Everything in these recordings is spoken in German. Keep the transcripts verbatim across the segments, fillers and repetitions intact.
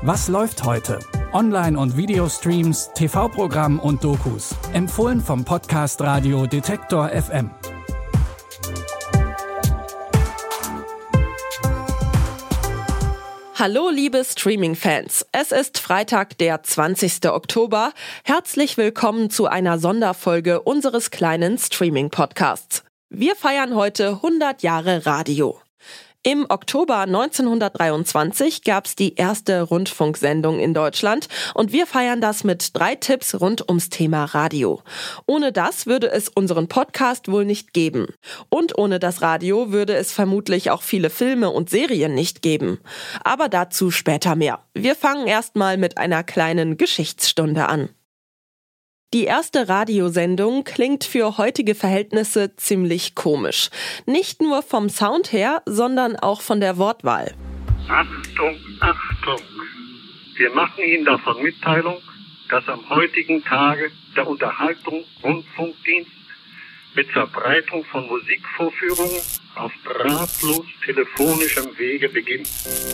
Was läuft heute? Online- und Videostreams, T V-Programm und Dokus. Empfohlen vom Podcast Radio Detektor F M. Hallo liebe Streaming-Fans, es ist Freitag, der zwanzigsten Oktober. Herzlich willkommen zu einer Sonderfolge unseres kleinen Streaming-Podcasts. Wir feiern heute hundert Jahre Radio. Im Oktober neunzehnhundertdreiundzwanzig gab's die erste Rundfunksendung in Deutschland und wir feiern das mit drei Tipps rund ums Thema Radio. Ohne das würde es unseren Podcast wohl nicht geben. Und ohne das Radio würde es vermutlich auch viele Filme und Serien nicht geben. Aber dazu später mehr. Wir fangen erstmal mit einer kleinen Geschichtsstunde an. Die erste Radiosendung klingt für heutige Verhältnisse ziemlich komisch. Nicht nur vom Sound her, sondern auch von der Wortwahl. Achtung, Achtung! Wir machen Ihnen davon Mitteilung, dass am heutigen Tage der Unterhaltungsrundfunkdienst mit Verbreitung von Musikvorführungen auf drahtlos telefonischem Wege beginnt.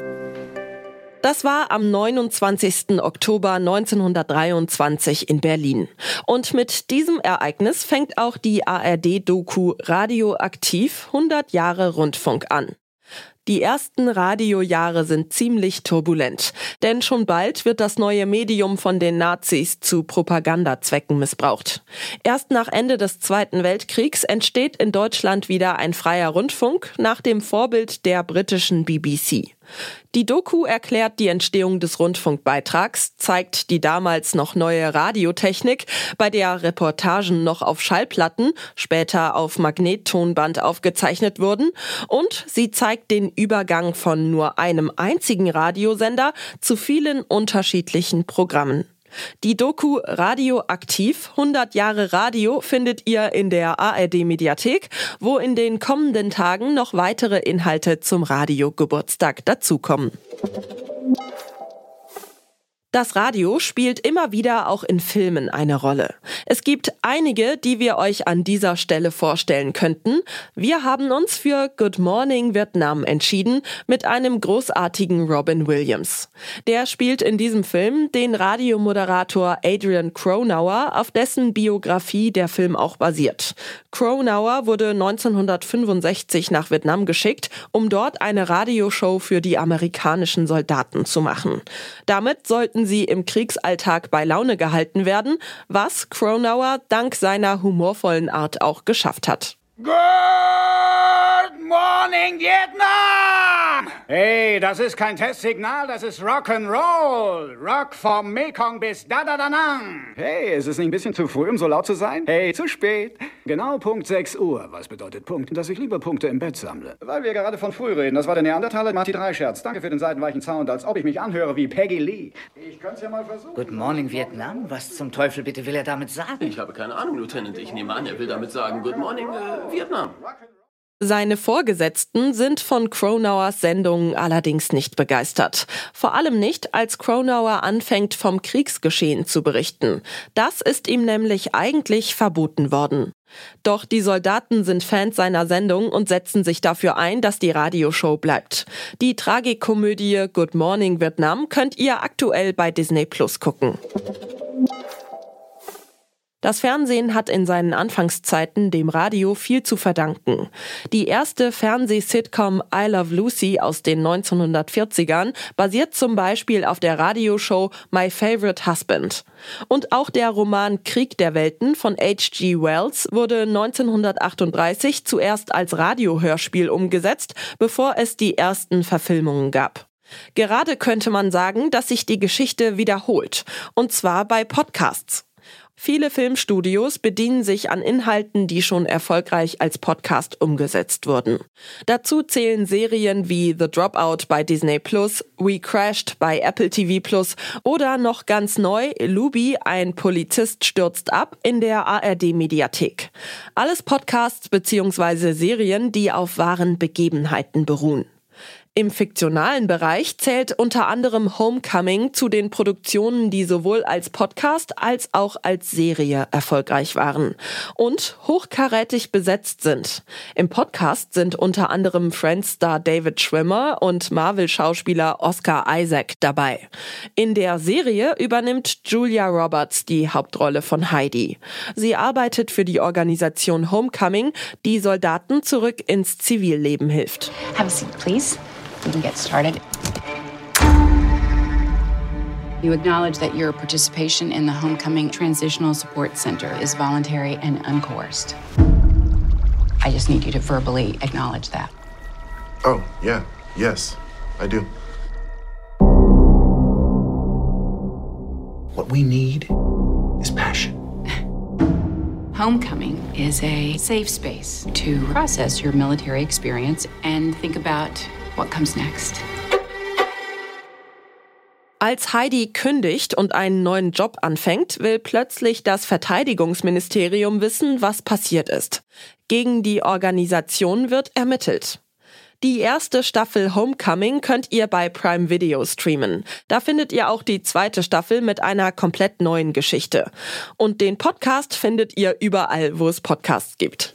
Das war am neunundzwanzigsten Oktober neunzehnhundertdreiundzwanzig in Berlin. Und mit diesem Ereignis fängt auch die A R D-Doku Radioaktiv hundert Jahre Rundfunk an. Die ersten Radiojahre sind ziemlich turbulent, denn schon bald wird das neue Medium von den Nazis zu Propagandazwecken missbraucht. Erst nach Ende des Zweiten Weltkriegs entsteht in Deutschland wieder ein freier Rundfunk nach dem Vorbild der britischen B B C. Die Doku erklärt die Entstehung des Rundfunkbeitrags, zeigt die damals noch neue Radiotechnik, bei der Reportagen noch auf Schallplatten, später auf Magnettonband aufgezeichnet wurden, und sie zeigt den Übergang von nur einem einzigen Radiosender zu vielen unterschiedlichen Programmen. Die Doku Radioaktiv hundert Jahre Radio findet ihr in der A R D-Mediathek, wo in den kommenden Tagen noch weitere Inhalte zum Radiogeburtstag dazukommen. Das Radio spielt immer wieder auch in Filmen eine Rolle. Es gibt einige, die wir euch an dieser Stelle vorstellen könnten. Wir haben uns für Good Morning Vietnam entschieden mit einem großartigen Robin Williams. Der spielt in diesem Film den Radiomoderator Adrian Cronauer, auf dessen Biografie der Film auch basiert. Cronauer wurde neunzehnhundertfünfundsechzig nach Vietnam geschickt, um dort eine Radioshow für die amerikanischen Soldaten zu machen. Damit sollten sie im Kriegsalltag bei Laune gehalten werden, was Cronauer dank seiner humorvollen Art auch geschafft hat. Good morning, Vietnam! Hey, das ist kein Testsignal, das ist Rock'n'Roll. Rock vom Mekong bis Da-Da-Da-Nang. Hey, ist es nicht ein bisschen zu früh, um so laut zu sein? Hey, zu spät. Genau Punkt sechs Uhr. Was bedeutet Punkt? Dass ich lieber Punkte im Bett sammle. Weil wir gerade von früh reden. Das war der Neandertaler Marty drei-Scherz. Danke für den seitenweichen Sound, als ob ich mich anhöre wie Peggy Lee. Ich könnte es ja mal versuchen. Good morning, Vietnam? Was zum Teufel bitte will er damit sagen? Ich habe keine Ahnung, Lieutenant. Ich nehme an, er will damit sagen, Good morning, äh, Vietnam. Seine Vorgesetzten sind von Cronauers Sendungen allerdings nicht begeistert. Vor allem nicht, als Cronauer anfängt, vom Kriegsgeschehen zu berichten. Das ist ihm nämlich eigentlich verboten worden. Doch die Soldaten sind Fans seiner Sendung und setzen sich dafür ein, dass die Radioshow bleibt. Die Tragikomödie Good Morning Vietnam könnt ihr aktuell bei Disney Plus gucken. Das Fernsehen hat in seinen Anfangszeiten dem Radio viel zu verdanken. Die erste Fernseh-Sitcom I Love Lucy aus den neunzehnhundertvierzigern basiert zum Beispiel auf der Radioshow My Favorite Husband. Und auch der Roman Krieg der Welten von H G Wells wurde neunzehnhundertachtunddreißig zuerst als Radiohörspiel umgesetzt, bevor es die ersten Verfilmungen gab. Gerade könnte man sagen, dass sich die Geschichte wiederholt, und zwar bei Podcasts. Viele Filmstudios bedienen sich an Inhalten, die schon erfolgreich als Podcast umgesetzt wurden. Dazu zählen Serien wie The Dropout bei Disney Plus, We Crashed bei Apple T V Plus oder noch ganz neu Luby, ein Polizist stürzt ab in der A R D-Mediathek. Alles Podcasts bzw. Serien, die auf wahren Begebenheiten beruhen. Im fiktionalen Bereich zählt unter anderem Homecoming zu den Produktionen, die sowohl als Podcast als auch als Serie erfolgreich waren und hochkarätig besetzt sind. Im Podcast sind unter anderem Friends-Star David Schwimmer und Marvel-Schauspieler Oscar Isaac dabei. In der Serie übernimmt Julia Roberts die Hauptrolle von Heidi. Sie arbeitet für die Organisation Homecoming, die Soldaten zurück ins Zivilleben hilft. Have a seat, please. We can get started. You acknowledge that your participation in the Homecoming Transitional Support Center is voluntary and uncoerced. I just need you to verbally acknowledge that. Oh, yeah. Yes, I do. What we need is passion. Homecoming is a safe space to process your military experience and think about what comes next. Als Heidi kündigt und einen neuen Job anfängt, will plötzlich das Verteidigungsministerium wissen, was passiert ist. Gegen die Organisation wird ermittelt. Die erste Staffel Homecoming könnt ihr bei Prime Video streamen. Da findet ihr auch die zweite Staffel mit einer komplett neuen Geschichte. Und den Podcast findet ihr überall, wo es Podcasts gibt.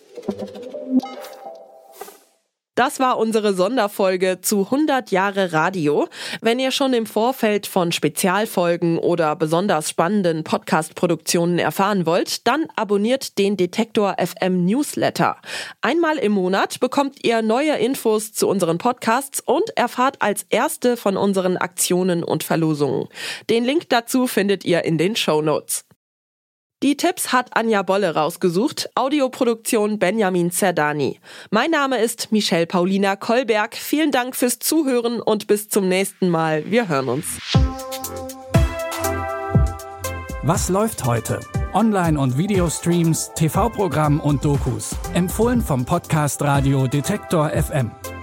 Das war unsere Sonderfolge zu hundert Jahre Radio. Wenn ihr schon im Vorfeld von Spezialfolgen oder besonders spannenden Podcast-Produktionen erfahren wollt, dann abonniert den Detektor F M Newsletter. Einmal im Monat bekommt ihr neue Infos zu unseren Podcasts und erfahrt als Erste von unseren Aktionen und Verlosungen. Den Link dazu findet ihr in den Shownotes. Die Tipps hat Anja Bolle rausgesucht, Audioproduktion Benjamin Zerdani. Mein Name ist Michelle Paulina Kolberg. Vielen Dank fürs Zuhören und bis zum nächsten Mal. Wir hören uns. Was läuft heute? Online- und Videostreams, T V-Programm und Dokus. Empfohlen vom Podcast Radio Detektor F M.